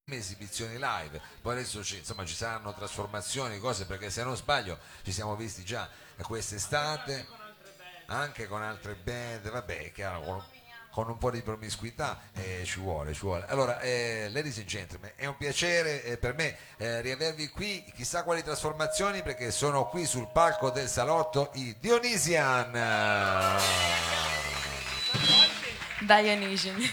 esibizioni live, poi adesso insomma ci saranno trasformazioni, cose, perché se non sbaglio ci siamo visti già quest'estate anche con altre band, vabbè, chiaro, con un po' di promiscuità ci vuole. Allora, ladies and gentlemen, è un piacere per me riavervi qui, chissà quali trasformazioni, perché sono qui sul palco del salotto i Dionysian. Dionysian.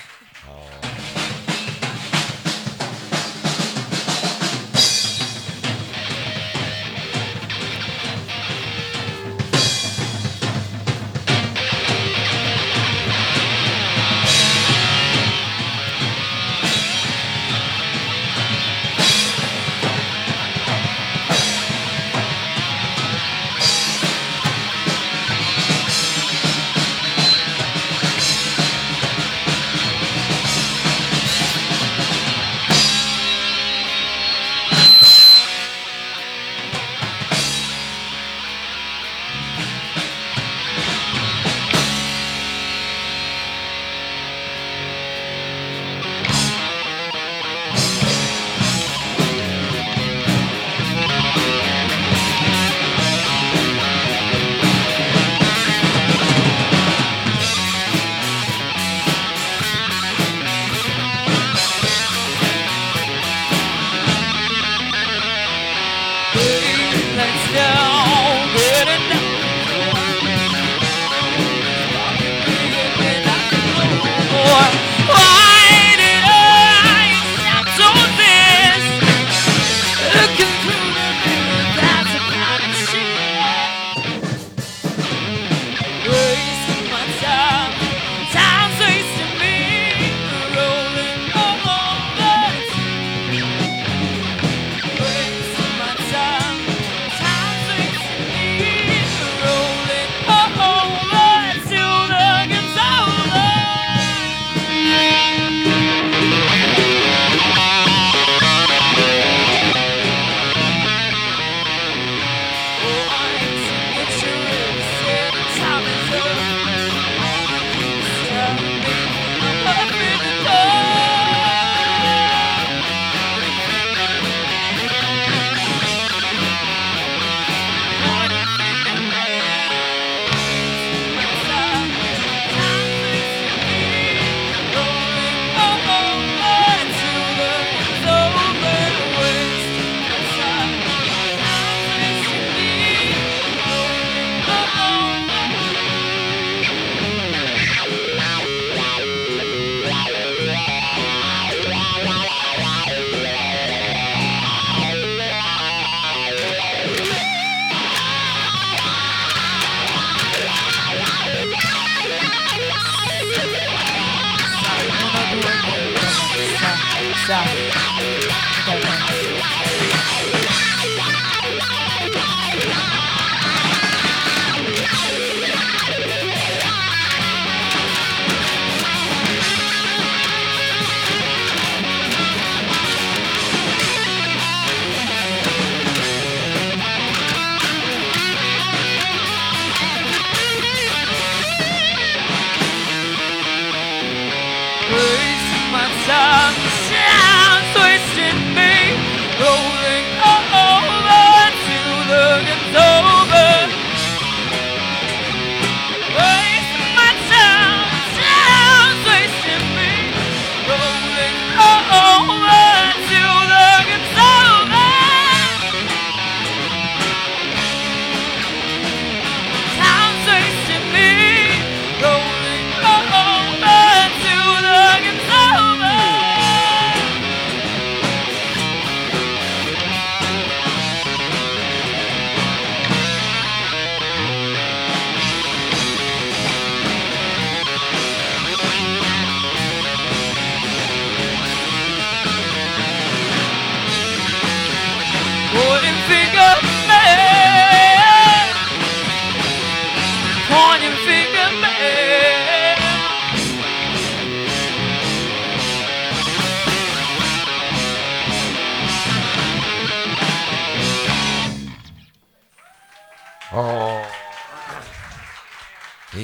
Wasting my time, sounds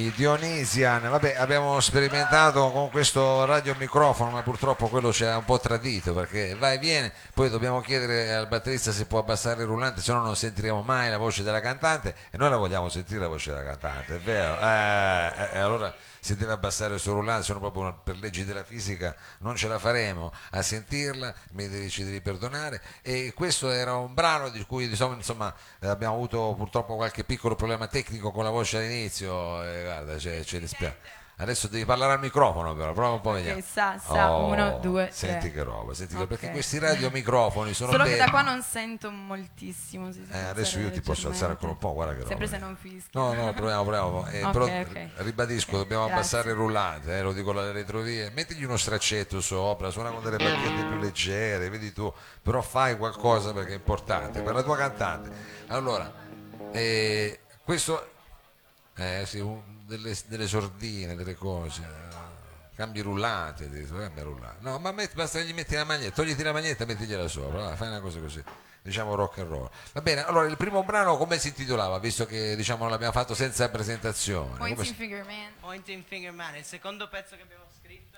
I Dionysian, vabbè, abbiamo sperimentato con questo radiomicrofono, ma purtroppo quello ci ha un po' tradito perché va e viene. Poi dobbiamo chiedere al batterista se può abbassare il rullante, se no non sentiremo mai la voce della cantante e noi la vogliamo sentire la voce della cantante, è vero? Allora si deve abbassare il suo rullante, se no proprio per leggi della fisica non ce la faremo a sentirla, ci devi perdonare. E questo era un brano di cui insomma, abbiamo avuto purtroppo qualche piccolo problema tecnico con la voce all'inizio, guarda, ci dispiace. Adesso devi parlare al microfono, però prova un po', vediamo. Uno, due, senti tre. che roba, senti Ok. perché questi radiomicrofoni sono Solo belli. che da qua non sento moltissimo. Adesso io ti posso alzare ancora un po', guarda che roba. Sempre se non fischio. No, proviamo. Ok, Però ok. ribadisco, Ok, dobbiamo grazie. abbassare il rullante, lo dico alle retrovie, mettigli uno straccetto sopra, suona con delle bacchette più leggere, vedi tu, però fai qualcosa perché è importante per la tua cantante. Allora, questo sì, delle sordine, delle cose, cambi rullante, cambia rullante. No, ma basta che gli metti la maglietta, togliti la maglietta e mettigliela sopra, va, fai una cosa così. Diciamo rock and roll. Va bene, allora il primo brano come si intitolava, visto che diciamo l'abbiamo fatto senza presentazione? Pointing Finger Man. Pointing Finger Man, il secondo pezzo che abbiamo scritto.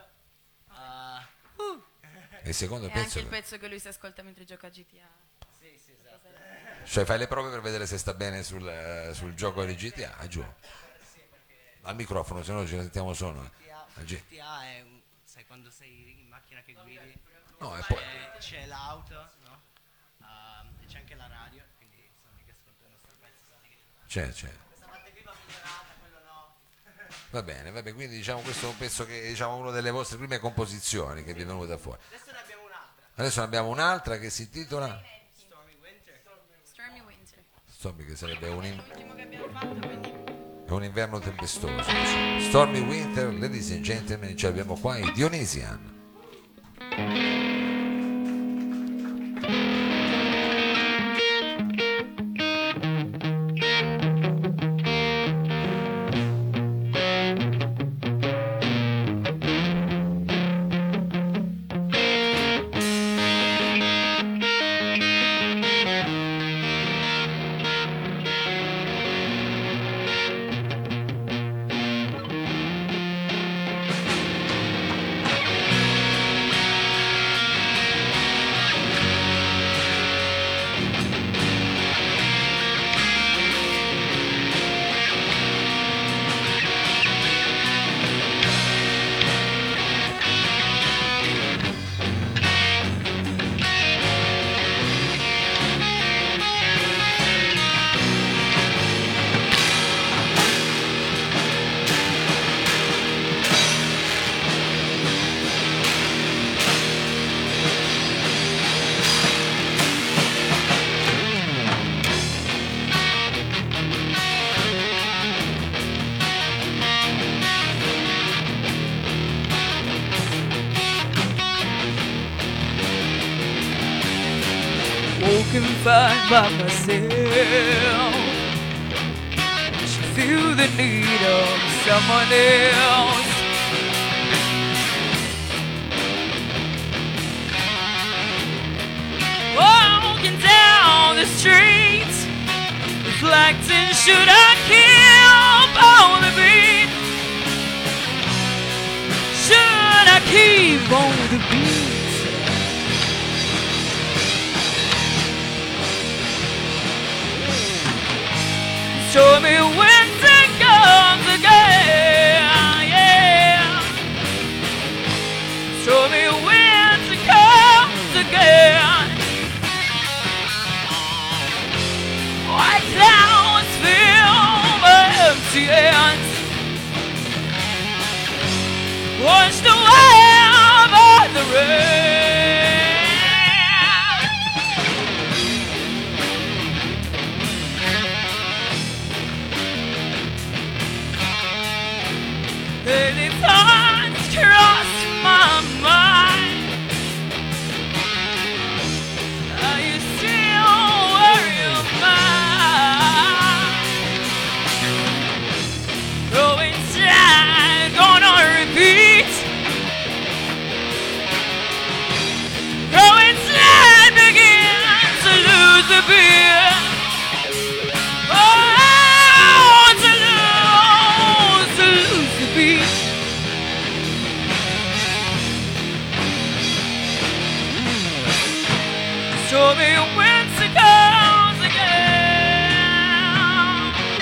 Il secondo E pezzo, anche il pezzo che lui si ascolta mentre gioca a GTA. Sì, esatto. cioè fai le prove per vedere se sta bene sul gioco di GTA, giù. Al microfono, se no ci sentiamo solo. GTA è sai quando sei in macchina che guidi? No, e poi C'è l'auto, no? E c'è anche la radio, quindi sono lì che ascolto il nostro pezzo. c'è. Questa parte qui va migliorata, quello no. Va bene, quindi diciamo questo è un pezzo che diciamo una delle vostre prime composizioni che vi è venuta fuori. Adesso ne abbiamo un'altra. Adesso ne abbiamo un'altra che si intitola Stormy Winter. Stormy Winter. Stormy, che sarebbe L'ultimo che abbiamo fatto, quindi. è un inverno tempestoso. Stormy Winter, ladies and gentlemen, ci abbiamo qua i Dionysian. Confined by myself, should feel the need of someone else. Walking down the streets, reflecting, should I keep on the beat? Should I keep on the beat? Stormy winter comes again, yeah. Stormy winter comes again. White clouds fill my empty hands, washed away by the rain. Many thoughts cross my mind. Are you still where you're mine? Go inside, gonna repeat. Stormy winter comes again.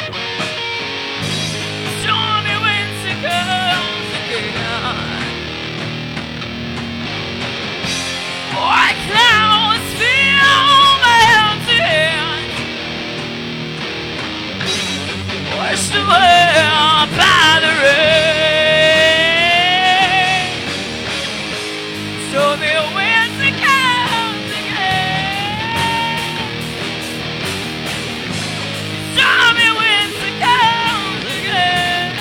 Stormy winter comes again. White clouds fill my empty hands, washed away by the rain. Stormy winter comes again. Stormy winter comes again.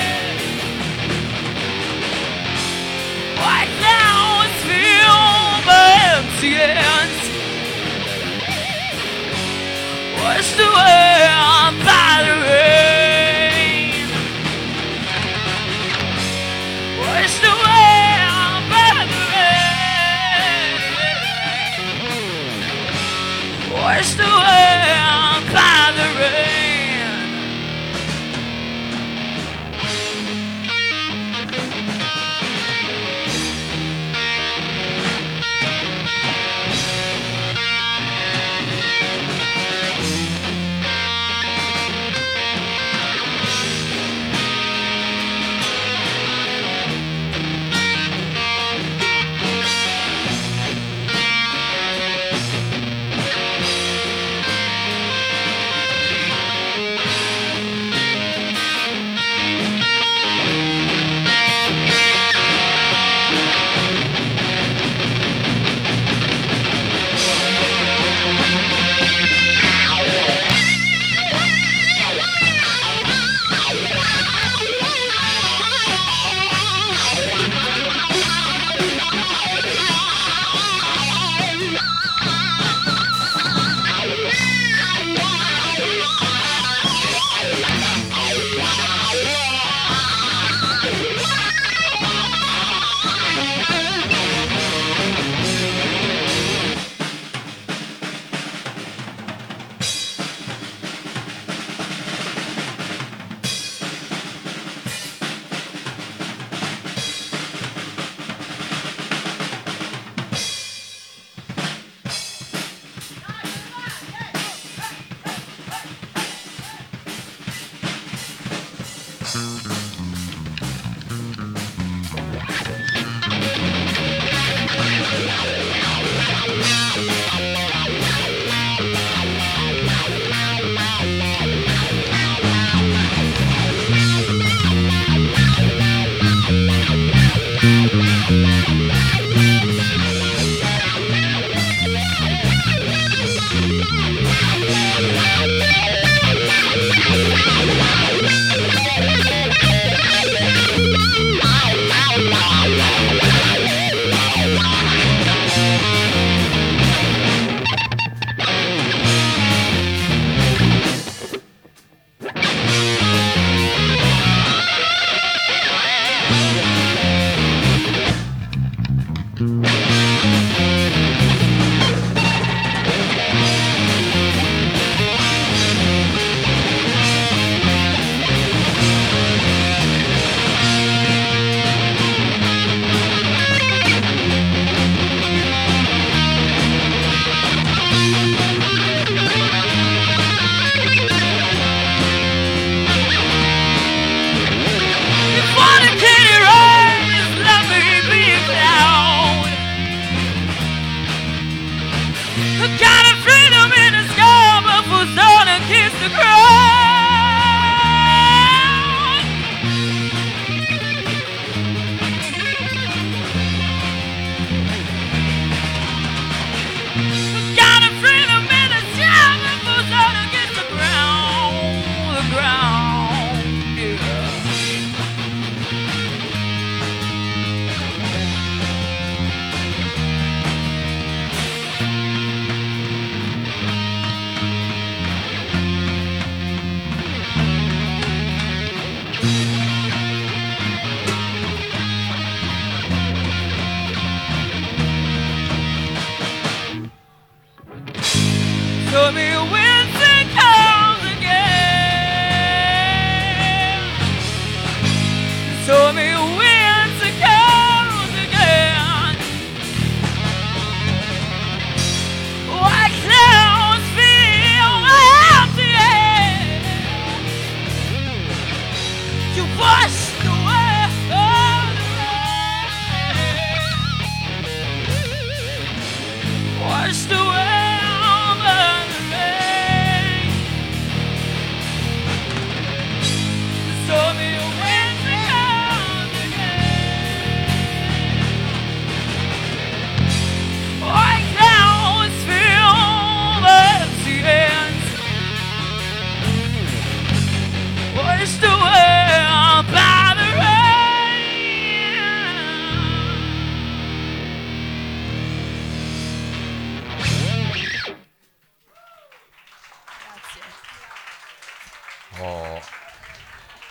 White clouds fill my empty hands, washed away by the rain. Washed away by the rain. Washed away by the rain.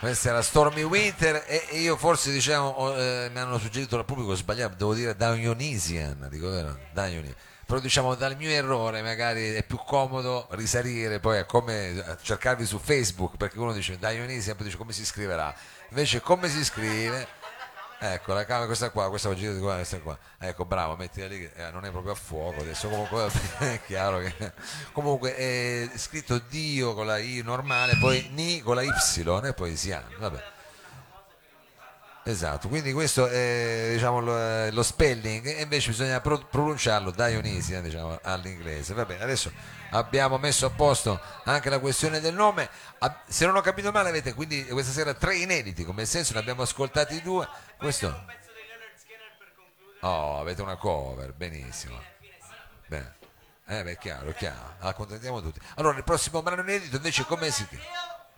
Questa era Stormy Winter e io forse diciamo mi hanno suggerito dal pubblico sbagliato, devo dire Dionysian, dico vero? Dionysian. Però diciamo dal mio errore magari è più comodo risalire poi a come cercarvi su Facebook, perché uno dice Dionysian, poi dice come si scriverà, invece come si scrive. Ecco la camera, questa qua, questa oggi di qua, questa qua. Ecco, bravo, mettila lì, non è proprio a fuoco adesso, comunque è chiaro che comunque è scritto Dio con la I normale, poi Ni con la Y e poi Sian, vabbè. Esatto, quindi questo è diciamo lo spelling e invece bisogna pronunciarlo Dionysian diciamo all'inglese. Va bene, adesso abbiamo messo a posto anche la questione del nome. Se non ho capito male avete quindi questa sera 3 inediti, come senso ne abbiamo ascoltati 2. Questo oh, avete una cover, benissimo. Bene. Beh, chiaro, chiaro. Accontentiamo tutti. Allora, il prossimo brano inedito invece come si chiama?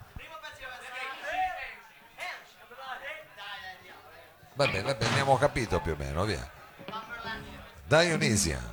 Va bene, abbiamo capito più o meno, via. Dionysian.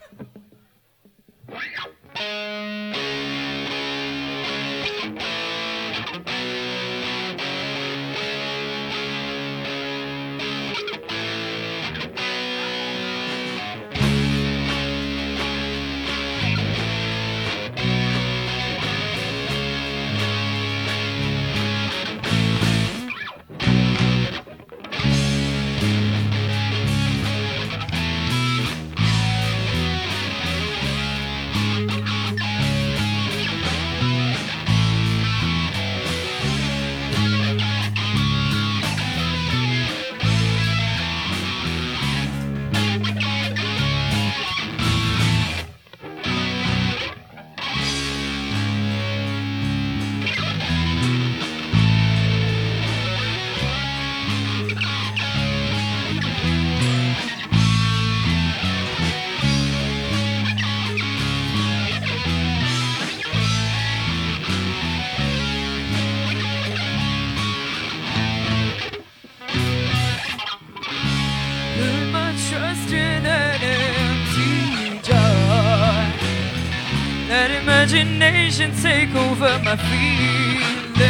Put my trust in an empty jar. Let imagination take over my feeling.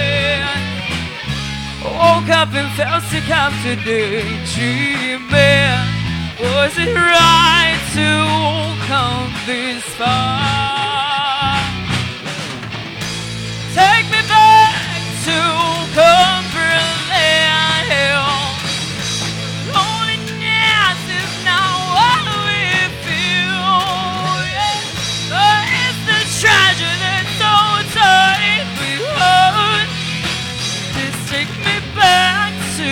Woke up and felt sick after daydreaming. Was it right to come this far? Take me back to Cumberland Hill. Loneliness is not what we feel. Yeah. It's the treasure that's so tightly held. Just take me back to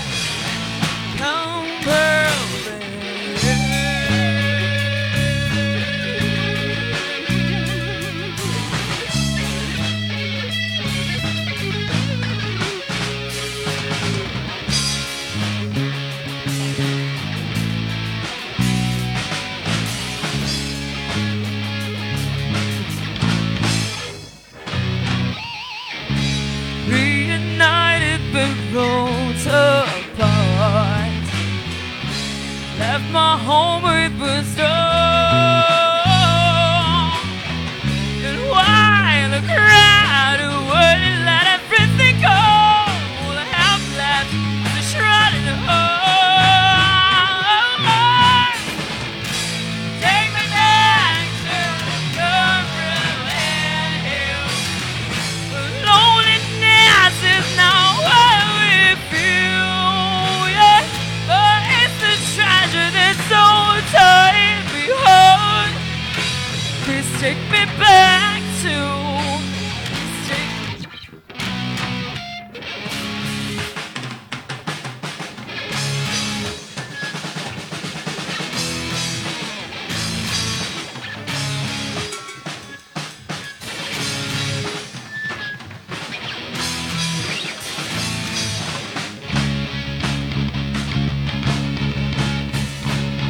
reunited but rolled apart. Left my home with the storm. And while the crowd would let everything go, all I have left is a shrouded heart. Take me back to Cumberland Hill. Loneliness is not what we feel. Yeah. It's the treasure that's so tightly held. Please take me back to.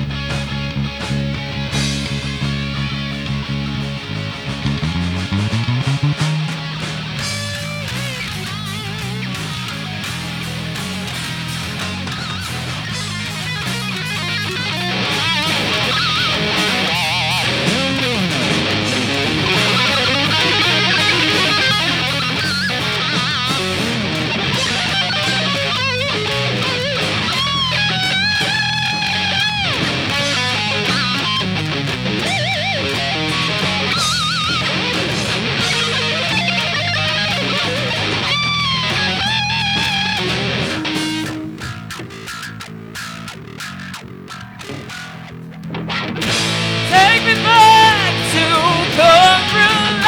Take me back to Cumberland.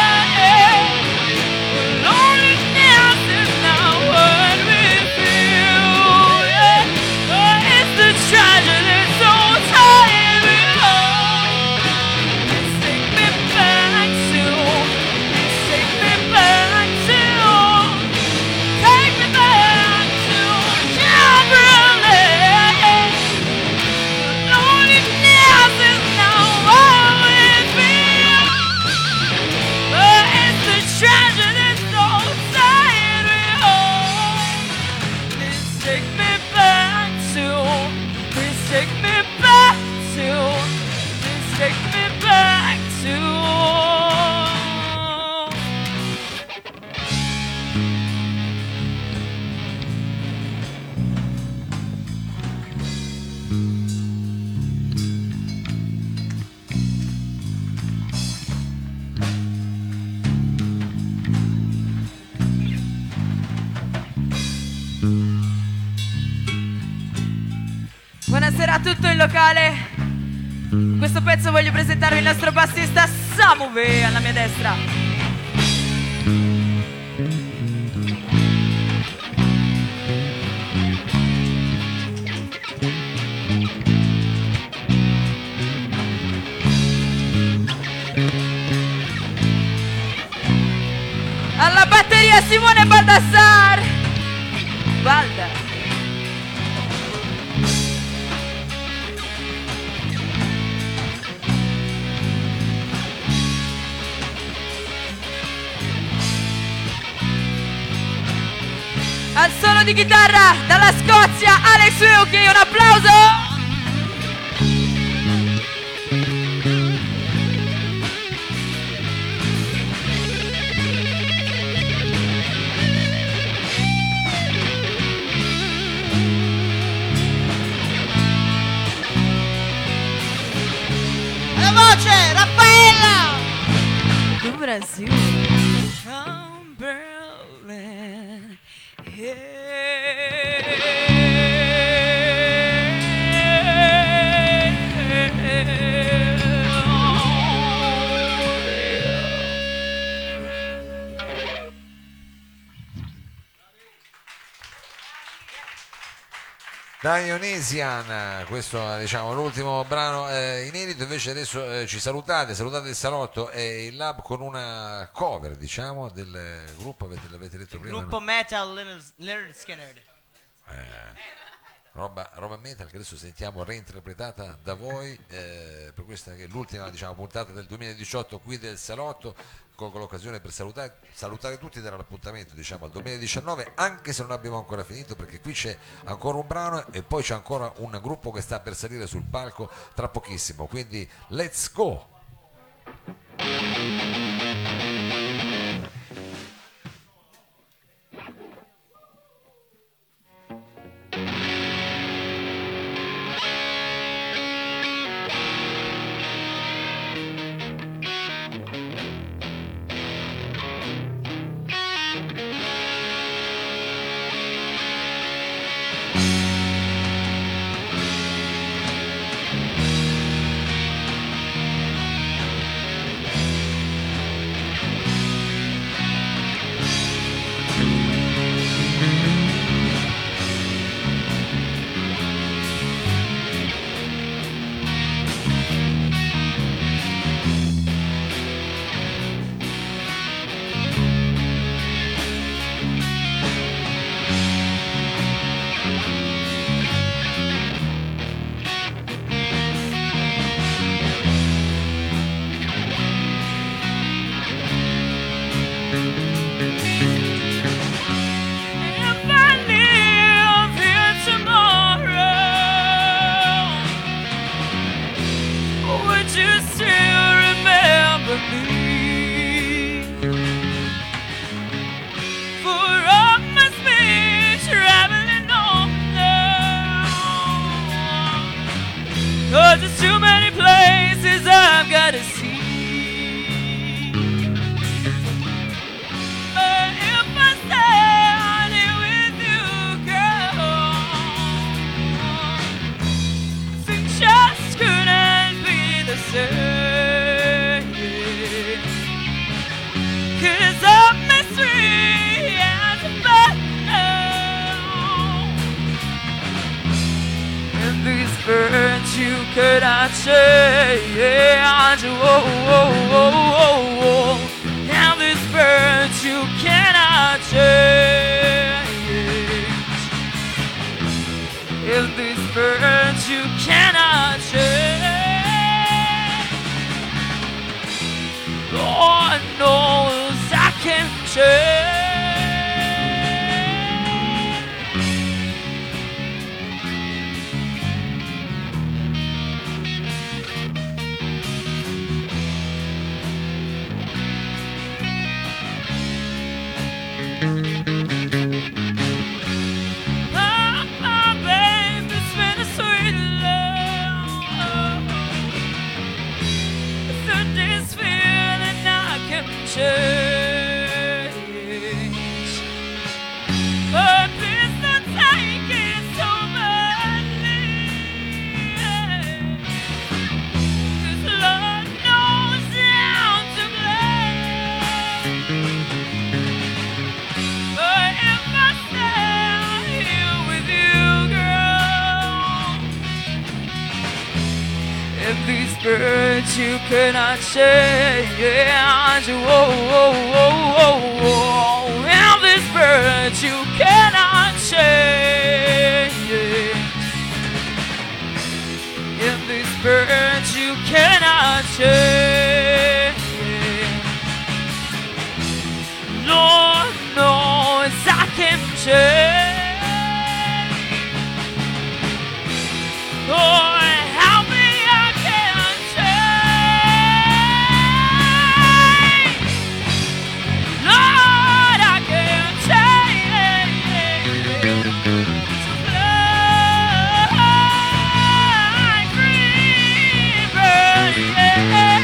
Loneliness is not what we feel. Yeah. Oh, it's the tragedy so tired we hold. Please take me back to. Please take me back to. Take me back to Cumberland. Loneliness is not what we feel. Oh, it's the tragedy so tired we hold. Please take me back to. Please take me back to. Please take me back to. Buonasera a tutto il locale. In questo pezzo voglio presentarvi il nostro bassista Samuve alla mia destra. Alla batteria Simone Baldassar. Balda. Al solo di chitarra dalla Scozia Alex Wilkie, un applauso! La voce, Raffaella! Do Brasil. Cumberland. Dionysian, questo è diciamo l'ultimo brano inedito. Invece adesso ci salutate il salotto e il lab con una cover diciamo del gruppo, l'avete detto prima, Gruppo metal Lynyrd Skynyrd. roba metal che adesso sentiamo reinterpretata da voi per questa che è l'ultima diciamo puntata del 2018 qui del salotto. Colgo l'occasione per salutare tutti, dare l'appuntamento diciamo al 2019, anche se non abbiamo ancora finito, perché qui c'è ancora un brano e poi c'è ancora un gruppo che sta per salire sul palco tra pochissimo, quindi let's go. There's too many places I've got to see. But if I stand here with you, girl, things just couldn't be the same. cannot change. Oh, oh, oh, oh, oh. And this bird you cannot change. And this bird you cannot change. Lord knows I can change. Change. But this not taking so badly. 'Cause Lord knows I'm to blame. But if I stay here with you, girl, and these birds you cannot change. Oh, oh, oh, oh, oh. And these birds you cannot change. And these birds you cannot change. Lord knows I can change. Oh, help me, I can change. Lord, I can change. Like river, yeah.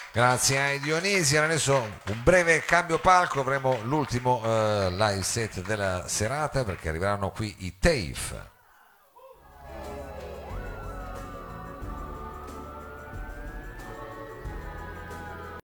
Grazie ai Dionisi. Adesso un breve cambio palco, avremo l'ultimo live set della serata perché arriveranno qui i TAFE.